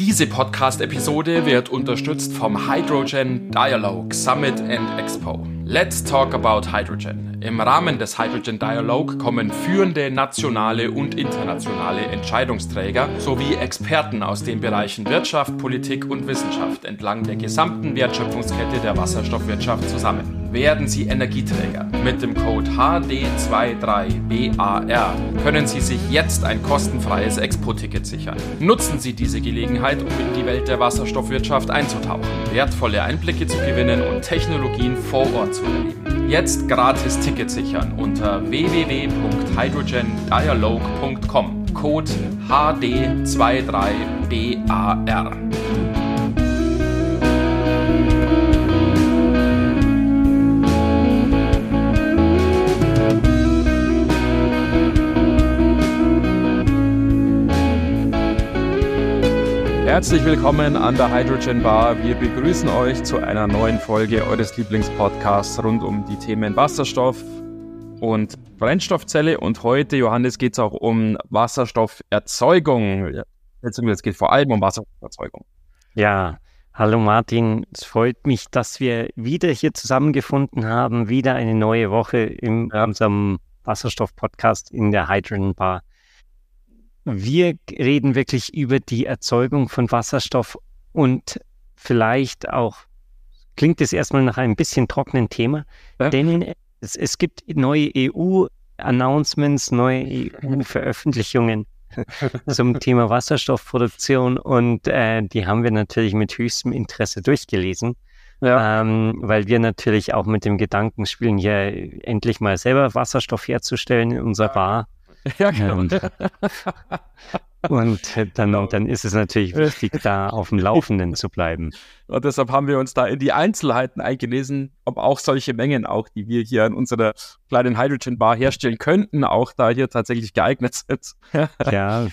Diese Podcast-Episode wird unterstützt vom Hydrogen Dialogue Summit and Expo. Let's talk about hydrogen. Im Rahmen des Hydrogen Dialogue kommen führende nationale und internationale Entscheidungsträger sowie Experten aus den Bereichen Wirtschaft, Politik und Wissenschaft entlang der gesamten Wertschöpfungskette der Wasserstoffwirtschaft zusammen. Werden Sie Energieträger? Mit dem Code HD23BAR können Sie sich jetzt ein kostenfreies Expo-Ticket sichern. Nutzen Sie diese Gelegenheit, um in die Welt der Wasserstoffwirtschaft einzutauchen, wertvolle Einblicke zu gewinnen und Technologien vor Ort zu erleben. Jetzt gratis Ticket sichern unter www.hydrogendialogue.com. Code HD23BAR. Herzlich willkommen an der Hydrogen Bar. Wir begrüßen euch zu einer neuen Folge eures Lieblingspodcasts rund um die Themen Wasserstoff und Brennstoffzelle. Und heute, Johannes, geht es auch um Wasserstofferzeugung. Es geht vor allem um Wasserstofferzeugung. Ja, hallo Martin. Es freut mich, dass wir wieder hier zusammengefunden haben. Wieder eine neue Woche in unserem Wasserstoff-Podcast in der Hydrogen Bar. Wir reden wirklich über die Erzeugung von Wasserstoff und vielleicht auch, klingt es erstmal nach einem bisschen trockenen Thema, denn es gibt neue EU-Announcements, neue EU-Veröffentlichungen zum Thema Wasserstoffproduktion und die haben wir natürlich mit höchstem Interesse durchgelesen, weil wir natürlich auch mit dem Gedanken spielen, hier endlich mal selber Wasserstoff herzustellen in unserer Bar. Ja, genau. Und dann ist es natürlich wichtig, da auf dem Laufenden zu bleiben. Und deshalb haben wir uns da in die Einzelheiten eingelesen, ob auch solche Mengen, auch die wir hier in unserer kleinen Hydrogen Bar herstellen könnten, auch da hier tatsächlich geeignet sind. Ja,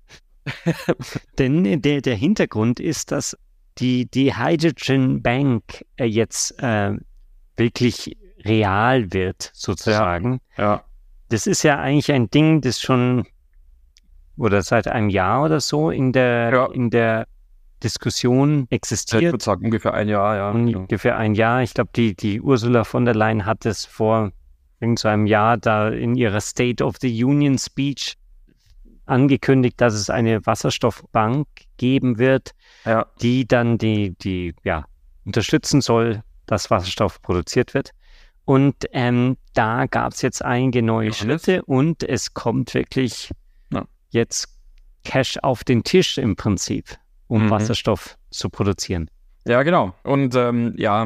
denn der Hintergrund ist, dass die Hydrogen Bank jetzt wirklich real wird, sozusagen. Ja. Das ist ja eigentlich ein Ding, das schon oder seit einem Jahr oder so in der Diskussion existiert. Ich würde sagen, ungefähr ein Jahr, ja. Ungefähr ein Jahr. Ich glaube, die Ursula von der Leyen hat es vor so einem Jahr da in ihrer State of the Union Speech angekündigt, dass es eine Wasserstoffbank geben wird, die dann die unterstützen soll, dass Wasserstoff produziert wird. Und da gab es jetzt einige neue Schritte und es kommt wirklich jetzt Cash auf den Tisch im Prinzip, um Wasserstoff zu produzieren. Ja, genau. Und aber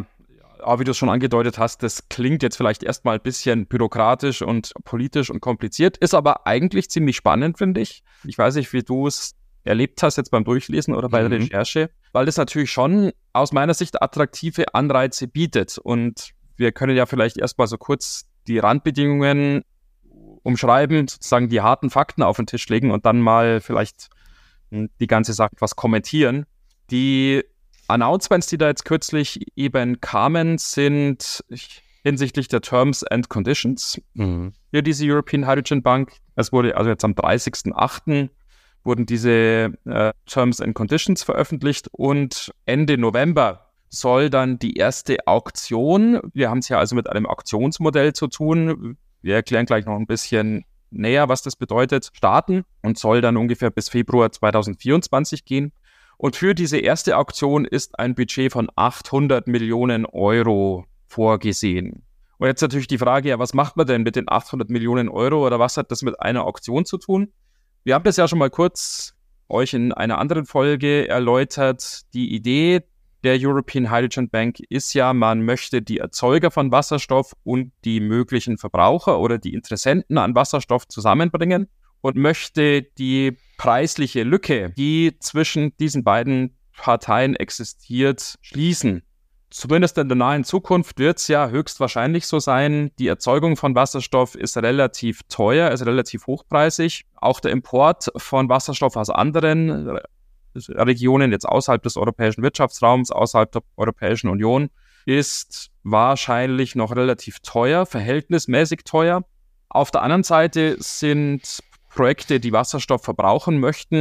wie du es schon angedeutet hast, das klingt jetzt vielleicht erstmal ein bisschen bürokratisch und politisch und kompliziert, ist aber eigentlich ziemlich spannend, finde ich. Ich weiß nicht, wie du es erlebt hast jetzt beim Durchlesen oder bei der Recherche, weil das natürlich schon aus meiner Sicht attraktive Anreize bietet. Und wir können ja vielleicht erstmal so kurz die Randbedingungen umschreiben, sozusagen die harten Fakten auf den Tisch legen und dann mal vielleicht die ganze Sache etwas kommentieren. Die Announcements, die da jetzt kürzlich eben kamen, sind hinsichtlich der Terms and Conditions für diese European Hydrogen Bank. Es wurde also jetzt am 30.08. wurden diese Terms and Conditions veröffentlicht und Ende November soll dann die erste Auktion, wir haben es ja also mit einem Auktionsmodell zu tun, wir erklären gleich noch ein bisschen näher, was das bedeutet, starten und soll dann ungefähr bis Februar 2024 gehen. Und für diese erste Auktion ist ein Budget von 800 Millionen Euro vorgesehen. Und jetzt natürlich die Frage, was macht man denn mit den 800 Millionen Euro oder was hat das mit einer Auktion zu tun? Wir haben das ja schon mal kurz euch in einer anderen Folge erläutert. Die Idee der European Hydrogen Bank ist ja, man möchte die Erzeuger von Wasserstoff und die möglichen Verbraucher oder die Interessenten an Wasserstoff zusammenbringen und möchte die preisliche Lücke, die zwischen diesen beiden Parteien existiert, schließen. Zumindest in der nahen Zukunft wird es ja höchstwahrscheinlich so sein, die Erzeugung von Wasserstoff ist relativ teuer, ist relativ hochpreisig. Auch der Import von Wasserstoff aus anderen Regionen, jetzt außerhalb des europäischen Wirtschaftsraums, außerhalb der Europäischen Union, ist wahrscheinlich noch relativ teuer, verhältnismäßig teuer. Auf der anderen Seite sind Projekte, die Wasserstoff verbrauchen möchten,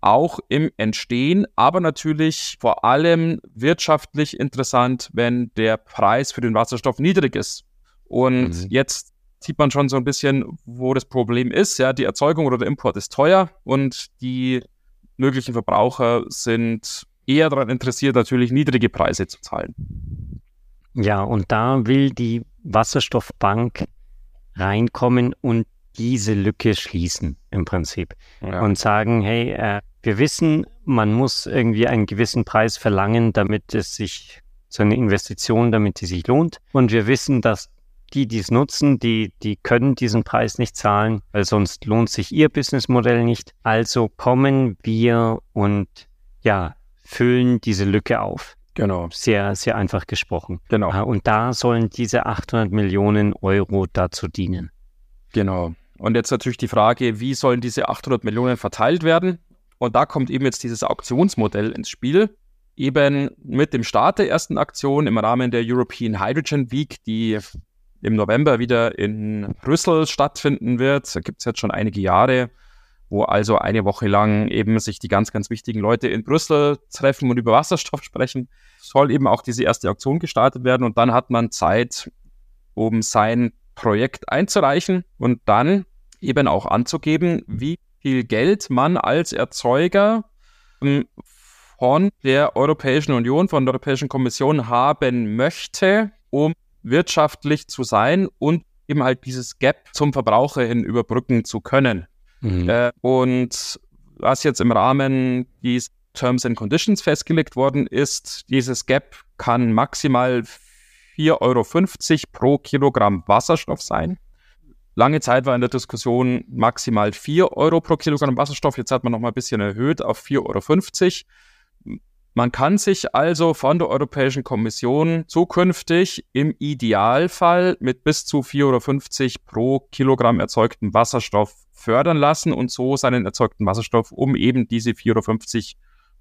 auch im Entstehen, aber natürlich vor allem wirtschaftlich interessant, wenn der Preis für den Wasserstoff niedrig ist. Und jetzt sieht man schon so ein bisschen, wo das Problem ist. Ja, die Erzeugung oder der Import ist teuer und die möglichen Verbraucher sind eher daran interessiert, natürlich niedrige Preise zu zahlen. Ja, und da will die Wasserstoffbank reinkommen und diese Lücke schließen im Prinzip und sagen, hey, wir wissen, man muss irgendwie einen gewissen Preis verlangen, damit es sich, so eine Investition, damit die sich lohnt. Und wir wissen, dass die es nutzen, die können diesen Preis nicht zahlen, weil sonst lohnt sich ihr Businessmodell nicht. Also kommen wir und füllen diese Lücke auf. Genau. Sehr, sehr einfach gesprochen. Genau. Und da sollen diese 800 Millionen Euro dazu dienen. Genau. Und jetzt natürlich die Frage, wie sollen diese 800 Millionen verteilt werden? Und da kommt eben jetzt dieses Auktionsmodell ins Spiel. Eben mit dem Start der ersten Aktion im Rahmen der European Hydrogen Week, die im November wieder in Brüssel stattfinden wird. Da gibt es jetzt schon einige Jahre, wo also eine Woche lang eben sich die ganz, ganz wichtigen Leute in Brüssel treffen und über Wasserstoff sprechen. Soll eben auch diese erste Auktion gestartet werden und dann hat man Zeit, um sein Projekt einzureichen und dann eben auch anzugeben, wie viel Geld man als Erzeuger von der Europäischen Union, von der Europäischen Kommission haben möchte, um wirtschaftlich zu sein und eben halt dieses Gap zum Verbraucher hin überbrücken zu können. Und was jetzt im Rahmen dieses Terms and Conditions festgelegt worden ist, dieses Gap kann maximal 4,50 € pro Kilogramm Wasserstoff sein. Lange Zeit war in der Diskussion maximal 4 € pro Kilogramm Wasserstoff. Jetzt hat man noch mal ein bisschen erhöht auf 4,50 €. Man kann sich also von der Europäischen Kommission zukünftig im Idealfall mit bis zu 4,50 € pro Kilogramm erzeugten Wasserstoff fördern lassen und so seinen erzeugten Wasserstoff um eben diese 4,50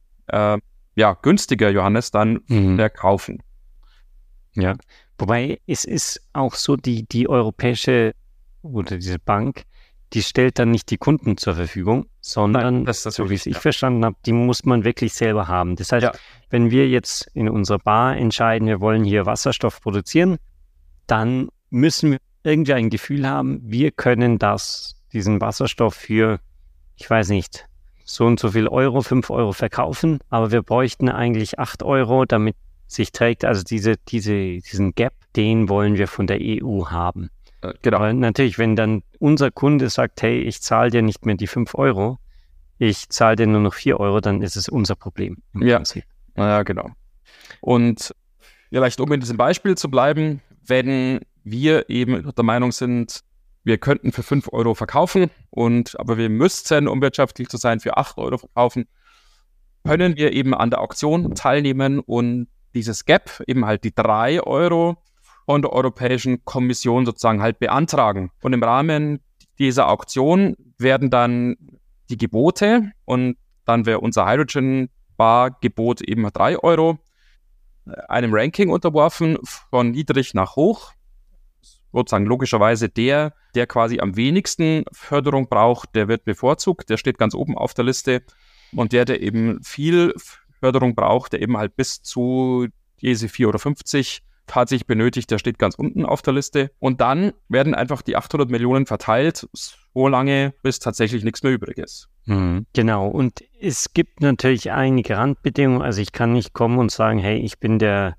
€ günstiger, Johannes, dann verkaufen. Ja, wobei es ist auch so, die europäische oder diese Bank, die stellt dann nicht die Kunden zur Verfügung, sondern, so wie es ich verstanden habe, die muss man wirklich selber haben. Das heißt, wenn wir jetzt in unserer Bar entscheiden, wir wollen hier Wasserstoff produzieren, dann müssen wir irgendwie ein Gefühl haben, wir können diesen Wasserstoff für, ich weiß nicht, so und so viel Euro, 5 € verkaufen, aber wir bräuchten eigentlich 8 €, damit sich trägt. Also diesen Gap, den wollen wir von der EU haben. Genau. Aber natürlich, wenn dann unser Kunde sagt, hey, ich zahle dir nicht mehr die 5 €, ich zahle dir nur noch 4 €, dann ist es unser Problem im Prinzip. Ja, genau. Und vielleicht, um in diesem Beispiel zu bleiben, wenn wir eben der Meinung sind, wir könnten für 5 € verkaufen, aber wir müssten, um wirtschaftlich zu sein, für 8 € verkaufen, können wir eben an der Auktion teilnehmen und dieses Gap, eben halt die 3 € von der Europäischen Kommission sozusagen halt beantragen. Und im Rahmen dieser Auktion werden dann die Gebote und dann wäre unser Hydrogen-Bar-Gebot eben 3 € einem Ranking unterworfen, von niedrig nach hoch. Sozusagen logischerweise der quasi am wenigsten Förderung braucht, der wird bevorzugt, der steht ganz oben auf der Liste. Und der eben viel Förderung braucht, der eben halt bis zu diese 4,50 € tatsächlich benötigt, der steht ganz unten auf der Liste. Und dann werden einfach die 800 Millionen verteilt, so lange, bis tatsächlich nichts mehr übrig ist. Genau. Und es gibt natürlich einige Randbedingungen. Also ich kann nicht kommen und sagen, hey, ich bin der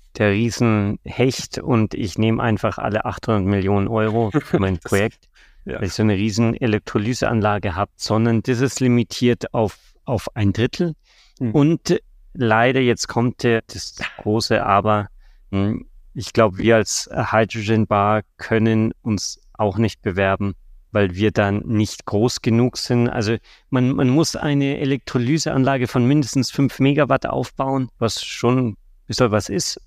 Riesenhecht und ich nehme einfach alle 800 Millionen Euro für mein Projekt, weil ich so eine riesen Elektrolyseanlage habe, sondern das ist limitiert auf 1/3. Und leider, jetzt kommt das große Aber, ich glaube, wir als Hydrogen Bar können uns auch nicht bewerben, weil wir dann nicht groß genug sind. Also man muss eine Elektrolyseanlage von mindestens 5 Megawatt aufbauen, was schon was ist.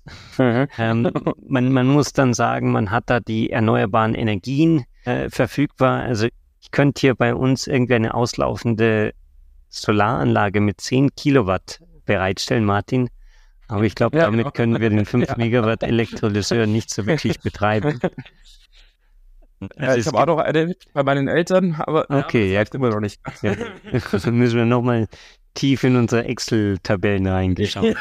Man muss dann sagen, man hat da die erneuerbaren Energien verfügbar. Also ich könnte hier bei uns irgendwie eine auslaufende Solaranlage mit 10 Kilowatt bereitstellen, Martin. Aber ich glaube, damit können wir den 5 Megawatt Elektrolyseur nicht so wirklich betreiben. Also ich habe auch noch eine bei meinen Eltern, aber okay, ja, gucken wir noch nicht. Ja. Dann müssen wir nochmal tief in unsere Excel-Tabellen reingeschaut.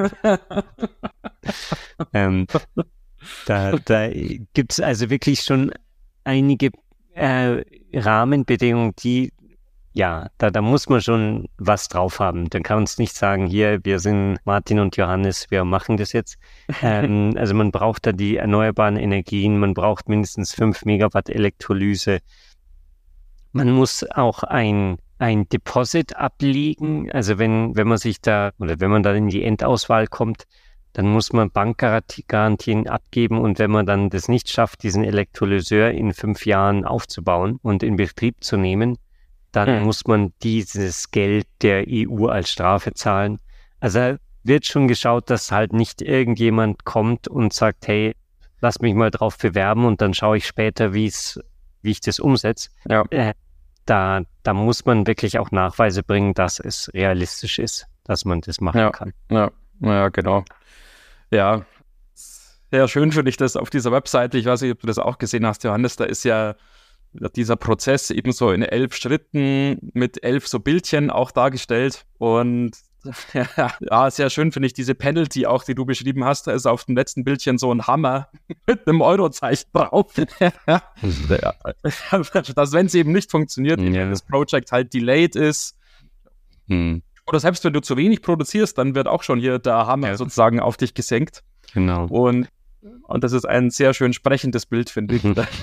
Da gibt es also wirklich schon einige Rahmenbedingungen, die, ja, da muss man schon was drauf haben. Dann kann man es nicht sagen, hier, wir sind Martin und Johannes, wir machen das jetzt. Also man braucht da die erneuerbaren Energien, man braucht mindestens 5 Megawatt Elektrolyse. Man muss auch ein Deposit ablegen. Also wenn man sich da, oder wenn man dann in die Endauswahl kommt, dann muss man Bankgarantien abgeben, und wenn man dann das nicht schafft, diesen Elektrolyseur in 5 Jahren aufzubauen und in Betrieb zu nehmen, dann muss man dieses Geld der EU als Strafe zahlen. Also wird schon geschaut, dass halt nicht irgendjemand kommt und sagt, hey, lass mich mal drauf bewerben und dann schaue ich später, wie ich das umsetze. Ja. Da muss man wirklich auch Nachweise bringen, dass es realistisch ist, dass man das machen kann. Ja, genau. Ja, sehr schön finde ich das auf dieser Webseite. Ich weiß nicht, ob du das auch gesehen hast, Johannes. Da ist ja dieser Prozess eben so in 11 Schritten mit 11 so Bildchen auch dargestellt. Und ja, sehr schön finde ich diese Penalty auch, die du beschrieben hast. Da ist auf dem letzten Bildchen so ein Hammer mit einem Eurozeichen drauf. Dass, wenn es eben nicht funktioniert, das Project halt delayed ist. Oder selbst wenn du zu wenig produzierst, dann wird auch schon hier der Hammer sozusagen auf dich gesenkt. Genau. Und das ist ein sehr schön sprechendes Bild, finde ich.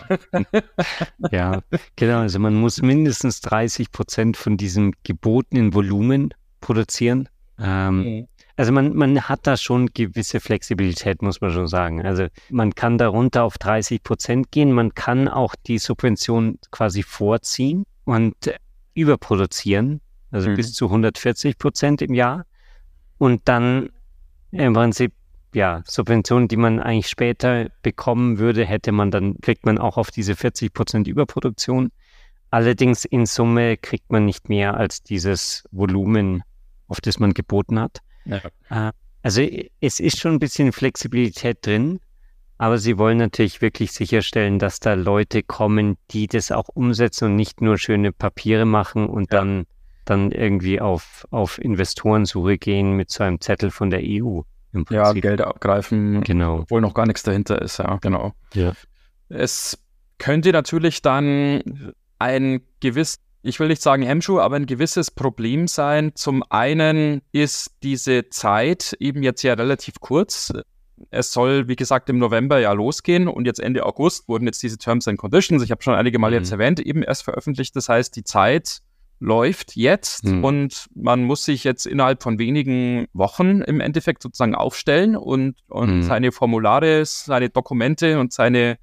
Ja, genau. Also man muss mindestens 30% von diesem gebotenen Volumen produzieren. Also man hat da schon gewisse Flexibilität, muss man schon sagen. Also man kann darunter auf 30% gehen. Man kann auch die Subvention quasi vorziehen und überproduzieren. Also bis zu 140% im Jahr. Und dann im Prinzip, ja, Subventionen, die man eigentlich später bekommen würde, kriegt man auch auf diese 40% Überproduktion. Allerdings in Summe kriegt man nicht mehr als dieses Volumen, auf das man geboten hat. Ja. Also es ist schon ein bisschen Flexibilität drin, aber sie wollen natürlich wirklich sicherstellen, dass da Leute kommen, die das auch umsetzen und nicht nur schöne Papiere machen und dann irgendwie auf Investorensuche gehen mit so einem Zettel von der EU. Ja, Gelder abgreifen, genau, obwohl noch gar nichts dahinter ist, ja, genau. Ja. Es könnte natürlich dann ich will nicht sagen Hemmschuh, aber ein gewisses Problem sein. Zum einen ist diese Zeit eben jetzt ja relativ kurz. Es soll, wie gesagt, im November ja losgehen und jetzt Ende August wurden jetzt diese Terms and Conditions, ich habe schon einige Mal jetzt erwähnt, eben erst veröffentlicht. Das heißt, die Zeit läuft jetzt und man muss sich jetzt innerhalb von wenigen Wochen im Endeffekt sozusagen aufstellen und seine Formulare, seine Dokumente und seine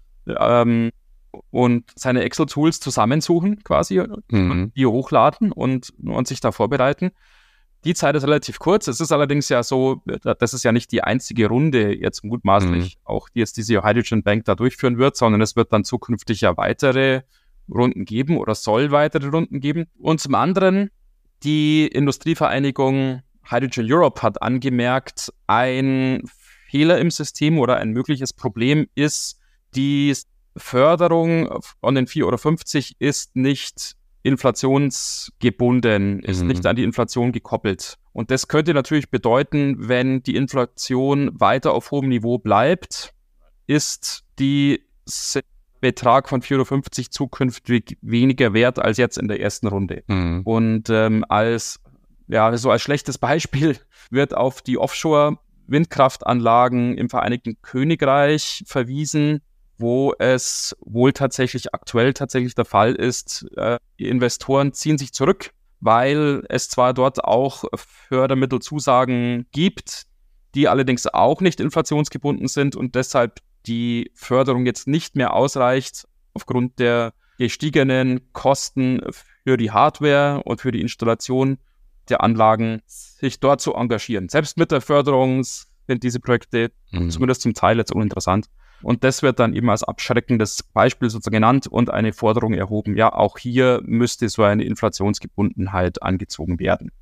Excel-Tools zusammensuchen quasi und die hochladen und sich da vorbereiten. Die Zeit ist relativ kurz. Es ist allerdings ja so, das ist ja nicht die einzige Runde jetzt mutmaßlich, auch die jetzt diese Hydrogen Bank da durchführen wird, sondern es wird dann zukünftig ja weitere Runden geben oder soll weitere Runden geben. Und zum anderen, die Industrievereinigung Hydrogen Europe hat angemerkt, ein Fehler im System oder ein mögliches Problem ist, die Förderung von den 4,50 € ist nicht inflationsgebunden, ist nicht an die Inflation gekoppelt. Und das könnte natürlich bedeuten, wenn die Inflation weiter auf hohem Niveau bleibt, ist die Betrag von 4,50 € zukünftig weniger wert als jetzt in der ersten Runde. Und als schlechtes Beispiel wird auf die Offshore-Windkraftanlagen im Vereinigten Königreich verwiesen, wo es wohl aktuell tatsächlich der Fall ist, die Investoren ziehen sich zurück, weil es zwar dort auch Fördermittelzusagen gibt, die allerdings auch nicht inflationsgebunden sind und deshalb die Förderung jetzt nicht mehr ausreicht, aufgrund der gestiegenen Kosten für die Hardware und für die Installation der Anlagen, sich dort zu engagieren. Selbst mit der Förderung sind diese Projekte zumindest zum Teil jetzt uninteressant. Und das wird dann eben als abschreckendes Beispiel sozusagen genannt und eine Forderung erhoben. Ja, auch hier müsste so eine Inflationsgebundenheit angezogen werden.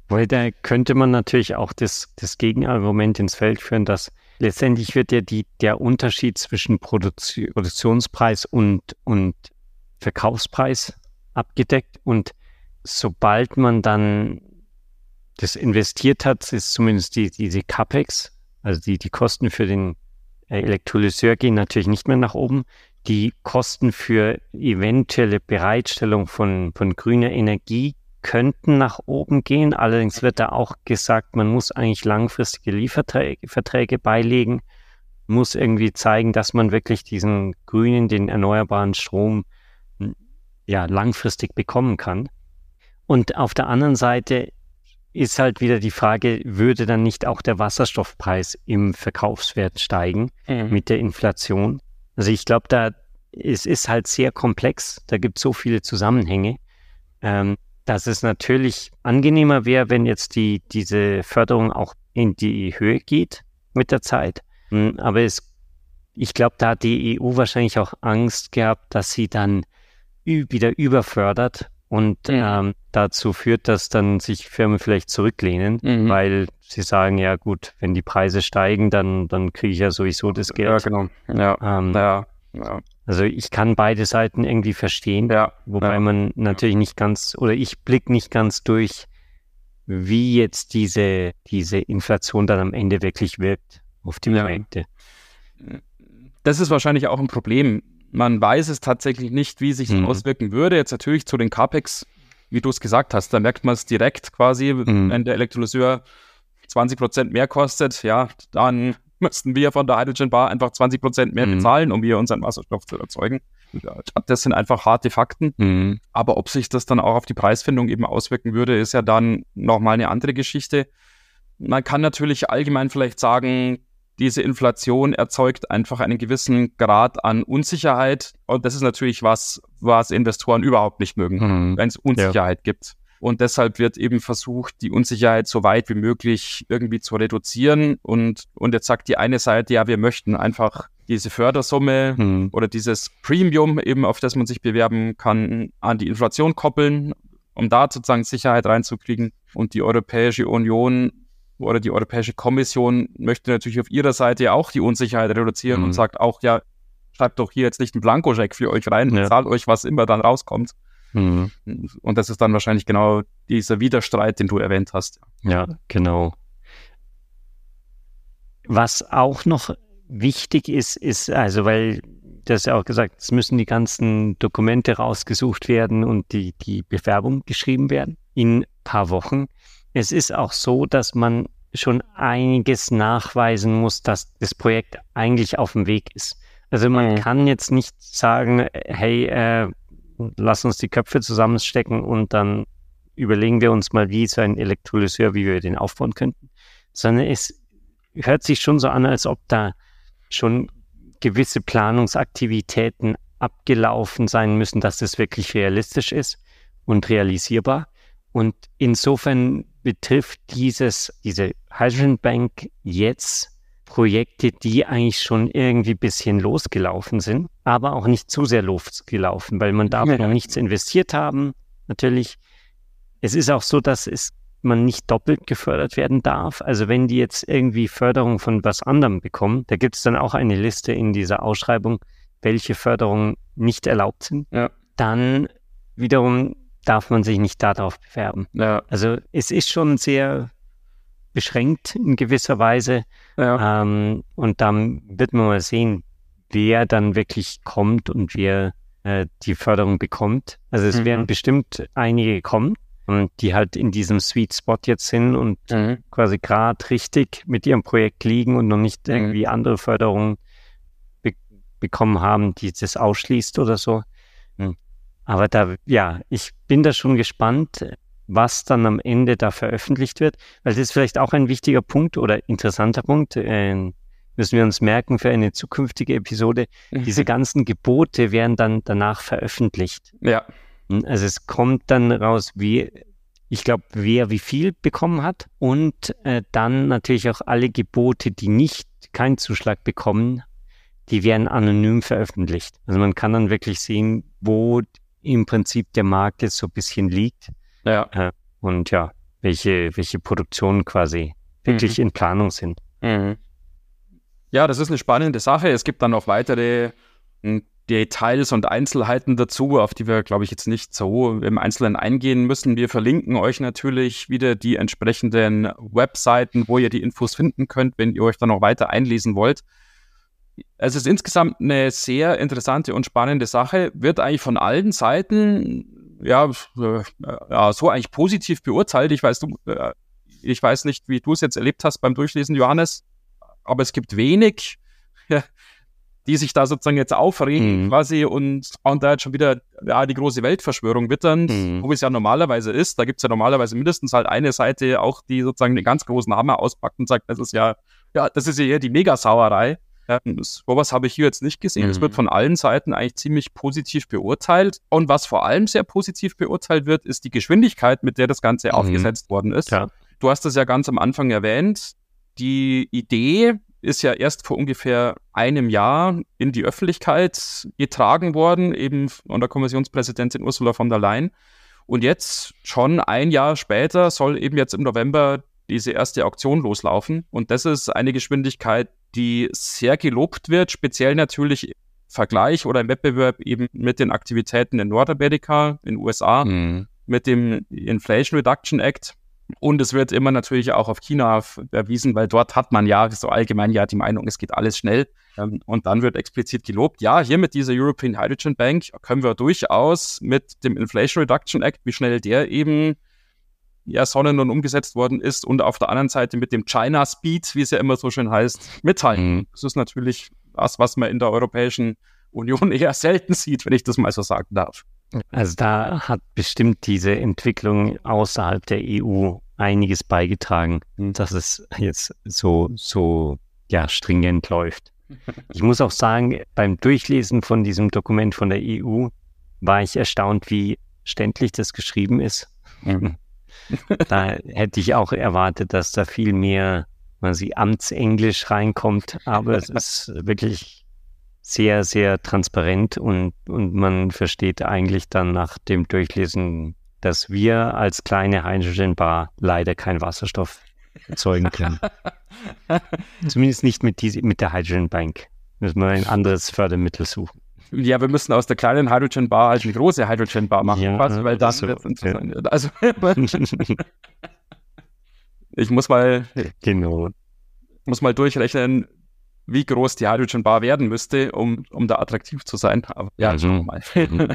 Weil da könnte man natürlich auch das Gegenargument ins Feld führen, dass letztendlich wird ja der Unterschied zwischen Produktionspreis und Verkaufspreis abgedeckt. Und sobald man dann das investiert hat, ist zumindest diese CapEx, also die Kosten für den Elektrolyseur gehen natürlich nicht mehr nach oben. Die Kosten für eventuelle Bereitstellung von grüner Energie könnten nach oben gehen. Allerdings wird da auch gesagt, man muss eigentlich langfristige Lieferverträge beilegen, muss irgendwie zeigen, dass man wirklich diesen grünen, den erneuerbaren Strom langfristig bekommen kann. Und auf der anderen Seite ist halt wieder die Frage, würde dann nicht auch der Wasserstoffpreis im Verkaufswert steigen mit der Inflation? Also ich glaube, es ist halt sehr komplex, da gibt es so viele Zusammenhänge, dass es natürlich angenehmer wäre, wenn jetzt diese Förderung auch in die Höhe geht mit der Zeit. Aber ich glaube, da hat die EU wahrscheinlich auch Angst gehabt, dass sie dann wieder überfördert und dazu führt, dass dann sich Firmen vielleicht zurücklehnen, weil sie sagen, ja gut, wenn die Preise steigen, dann kriege ich ja sowieso das Geld. Ja, genau. Ja. Also ich kann beide Seiten irgendwie verstehen, wobei man natürlich nicht ganz, oder ich blicke nicht ganz durch, wie jetzt diese Inflation dann am Ende wirklich wirkt auf die Projekte. Das ist wahrscheinlich auch ein Problem. Man weiß es tatsächlich nicht, wie sich das auswirken würde. Jetzt natürlich zu den CapEx, wie du es gesagt hast, da merkt man es direkt quasi, wenn der Elektrolyseur 20% mehr kostet, ja, dann müssten wir von der Hydrogen Bar einfach 20% mehr bezahlen, um hier unseren Wasserstoff zu erzeugen. Das sind einfach harte Fakten. Aber ob sich das dann auch auf die Preisfindung eben auswirken würde, ist ja dann nochmal eine andere Geschichte. Man kann natürlich allgemein vielleicht sagen, diese Inflation erzeugt einfach einen gewissen Grad an Unsicherheit. Und das ist natürlich was Investoren überhaupt nicht mögen, wenn es Unsicherheit gibt. Und deshalb wird eben versucht, die Unsicherheit so weit wie möglich irgendwie zu reduzieren. Und jetzt sagt die eine Seite, ja, wir möchten einfach diese Fördersumme oder dieses Premium eben, auf das man sich bewerben kann, an die Inflation koppeln, um da sozusagen Sicherheit reinzukriegen. Und die Europäische Union oder die Europäische Kommission möchte natürlich auf ihrer Seite auch die Unsicherheit reduzieren und sagt auch, ja, schreibt doch hier jetzt nicht einen Blankoscheck für euch rein, zahlt euch, was immer dann rauskommt. Und das ist dann wahrscheinlich genau dieser Widerstreit, den du erwähnt hast. Ja, genau. Was auch noch wichtig ist also, weil du hast ja auch gesagt, es müssen die ganzen Dokumente rausgesucht werden und die Bewerbung geschrieben werden in ein paar Wochen. Es ist auch so, dass man schon einiges nachweisen muss, dass das Projekt eigentlich auf dem Weg ist. Also man kann jetzt nicht sagen, hey, lass uns die Köpfe zusammenstecken und dann überlegen wir uns mal, wie so ein Elektrolyseur, wie wir den aufbauen könnten, sondern es hört sich schon so an, als ob da schon gewisse Planungsaktivitäten abgelaufen sein müssen, dass das wirklich realistisch ist und realisierbar. Und insofern betrifft diese Hydrogen Bank jetzt Projekte, die eigentlich schon irgendwie ein bisschen losgelaufen sind, aber auch nicht zu sehr losgelaufen, weil man darf noch nichts investiert haben. Natürlich, es ist auch so, dass man nicht doppelt gefördert werden darf. Also wenn die jetzt irgendwie Förderung von was anderem bekommen, da gibt es dann auch eine Liste in dieser Ausschreibung, welche Förderungen nicht erlaubt sind. Ja. Dann wiederum darf man sich nicht darauf bewerben. Ja. Also es ist schon sehr beschränkt in gewisser Weise. Ja. Und dann wird man mal sehen, wer dann wirklich kommt und wer die Förderung bekommt. Also es werden bestimmt einige kommen, die halt in diesem Sweet Spot jetzt sind und quasi gerade richtig mit ihrem Projekt liegen und noch nicht irgendwie andere Förderungen bekommen haben, die das ausschließt oder so. Aber ich bin da schon gespannt, was dann am Ende da veröffentlicht wird, weil das ist vielleicht auch ein wichtiger Punkt oder interessanter Punkt, müssen wir uns merken für eine zukünftige Episode. Diese ganzen Gebote werden dann danach veröffentlicht. Ja. Also es kommt dann raus, wer wie viel bekommen hat und dann natürlich auch alle Gebote, die keinen Zuschlag bekommen, die werden anonym veröffentlicht. Also man kann dann wirklich sehen, wo im Prinzip der Markt jetzt so ein bisschen liegt. Ja. Und ja, welche Produktionen quasi wirklich in Planung sind. Ja, das ist eine spannende Sache. Es gibt dann noch weitere Details und Einzelheiten dazu, auf die wir, glaube ich, jetzt nicht so im Einzelnen eingehen müssen. Wir verlinken euch natürlich wieder die entsprechenden Webseiten, wo ihr die Infos finden könnt, wenn ihr euch dann noch weiter einlesen wollt. Es ist insgesamt eine sehr interessante und spannende Sache, wird eigentlich von allen Seiten so eigentlich positiv beurteilt. Ich weiß nicht, wie du es jetzt erlebt hast beim Durchlesen, Johannes, aber es gibt wenig, die sich da sozusagen jetzt aufregen quasi und da jetzt schon wieder die große Weltverschwörung wittern, wo es ja normalerweise ist. Da gibt es ja normalerweise mindestens halt eine Seite auch, die sozusagen den ganz großen Hammer auspackt und sagt, das ist ja eher die Megasauerei. Ja, sowas habe ich hier jetzt nicht gesehen. Es wird von allen Seiten eigentlich ziemlich positiv beurteilt. Und was vor allem sehr positiv beurteilt wird, ist die Geschwindigkeit, mit der das Ganze aufgesetzt worden ist. Ja. Du hast das ja ganz am Anfang erwähnt. Die Idee ist ja erst vor ungefähr einem Jahr in die Öffentlichkeit getragen worden, eben von der Kommissionspräsidentin Ursula von der Leyen. Und jetzt, schon ein Jahr später, soll eben jetzt im November diese erste Auktion loslaufen. Und das ist eine Geschwindigkeit, die sehr gelobt wird, speziell natürlich im Vergleich oder im Wettbewerb eben mit den Aktivitäten in Nordamerika, in den USA, mit dem Inflation Reduction Act. Und es wird immer natürlich auch auf China verwiesen, weil dort hat man ja so allgemein die Meinung, es geht alles schnell. Und dann wird explizit gelobt, ja, hier mit dieser European Hydrogen Bank können wir durchaus mit dem Inflation Reduction Act, wie schnell der eben sonnen- und umgesetzt worden ist und auf der anderen Seite mit dem China Speed, wie es ja immer so schön heißt, mithalten. Das ist natürlich das, was man in der Europäischen Union eher selten sieht, wenn ich das mal so sagen darf. Also da hat bestimmt diese Entwicklung außerhalb der EU einiges beigetragen, dass es jetzt so stringent läuft. Ich muss auch sagen, beim Durchlesen von diesem Dokument von der EU war ich erstaunt, wie ständlich das geschrieben ist. Da hätte ich auch erwartet, dass da viel mehr Amtsenglisch reinkommt, aber es ist wirklich sehr, sehr transparent und man versteht eigentlich dann nach dem Durchlesen, dass wir als kleine Hydrogen Bar leider keinen Wasserstoff erzeugen können. Zumindest nicht mit der Hydrogen Bank. Müssen wir ein anderes Fördermittel suchen. Ja, wir müssen aus der kleinen Hydrogen Bar halt eine große Hydrogen Bar machen, weil dann wird es interessant. Ja. Also, ich muss mal durchrechnen, wie groß die Hydrogen Bar werden müsste, um da attraktiv zu sein. Aber schauen wir mal.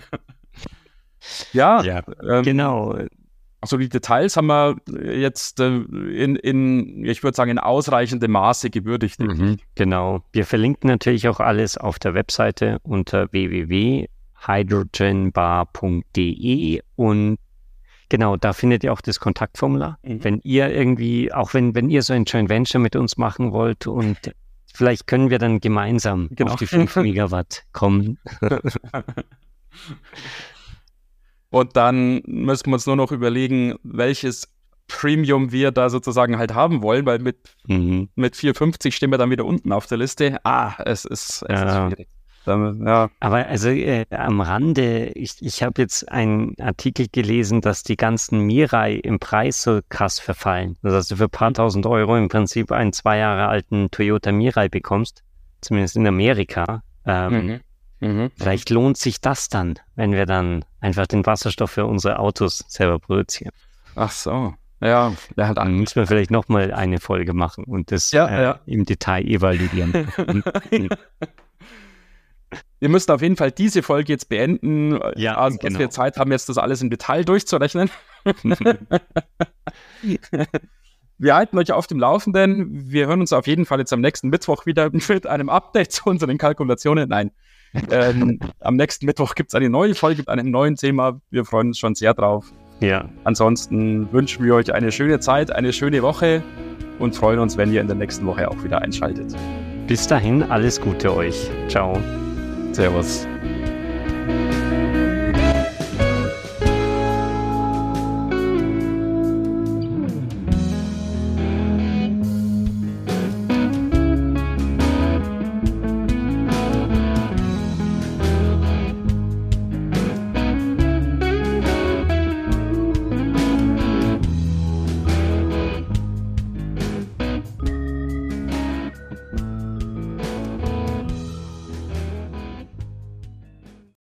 Genau. Also die Details haben wir jetzt ich würde sagen, in ausreichendem Maße gewürdigt. Genau. Wir verlinken natürlich auch alles auf der Webseite unter www.hydrogenbar.de und genau, da findet ihr auch das Kontaktformular. Wenn ihr irgendwie, auch wenn ihr so ein Joint Venture mit uns machen wollt und vielleicht können wir dann gemeinsam auf die 5 Megawatt kommen. Und dann müssen wir uns nur noch überlegen, welches Premium wir da sozusagen halt haben wollen, weil mit 4,50 stehen wir dann wieder unten auf der Liste. Es ist schwierig. Aber also am Rande, ich habe jetzt einen Artikel gelesen, dass die ganzen Mirai im Preis so krass verfallen. Also dass du für ein paar tausend Euro im Prinzip einen 2 Jahre alten Toyota Mirai bekommst, zumindest in Amerika. Vielleicht lohnt sich das dann, wenn wir dann einfach den Wasserstoff für unsere Autos selber produzieren. Ach so, ja. Dann müssen wir vielleicht nochmal eine Folge machen und das im Detail evaluieren. Wir müssen auf jeden Fall diese Folge jetzt beenden, dass wir Zeit haben, jetzt das alles im Detail durchzurechnen. Wir halten euch auf dem Laufenden. Wir hören uns auf jeden Fall jetzt am nächsten Mittwoch wieder mit einem Update zu unseren Kalkulationen. Nein. Am nächsten Mittwoch gibt es eine neue Folge mit einem neuen Thema. Wir freuen uns schon sehr drauf. Ja. Ansonsten wünschen wir euch eine schöne Zeit, eine schöne Woche und freuen uns, wenn ihr in der nächsten Woche auch wieder einschaltet. Bis dahin, alles Gute euch. Ciao. Servus.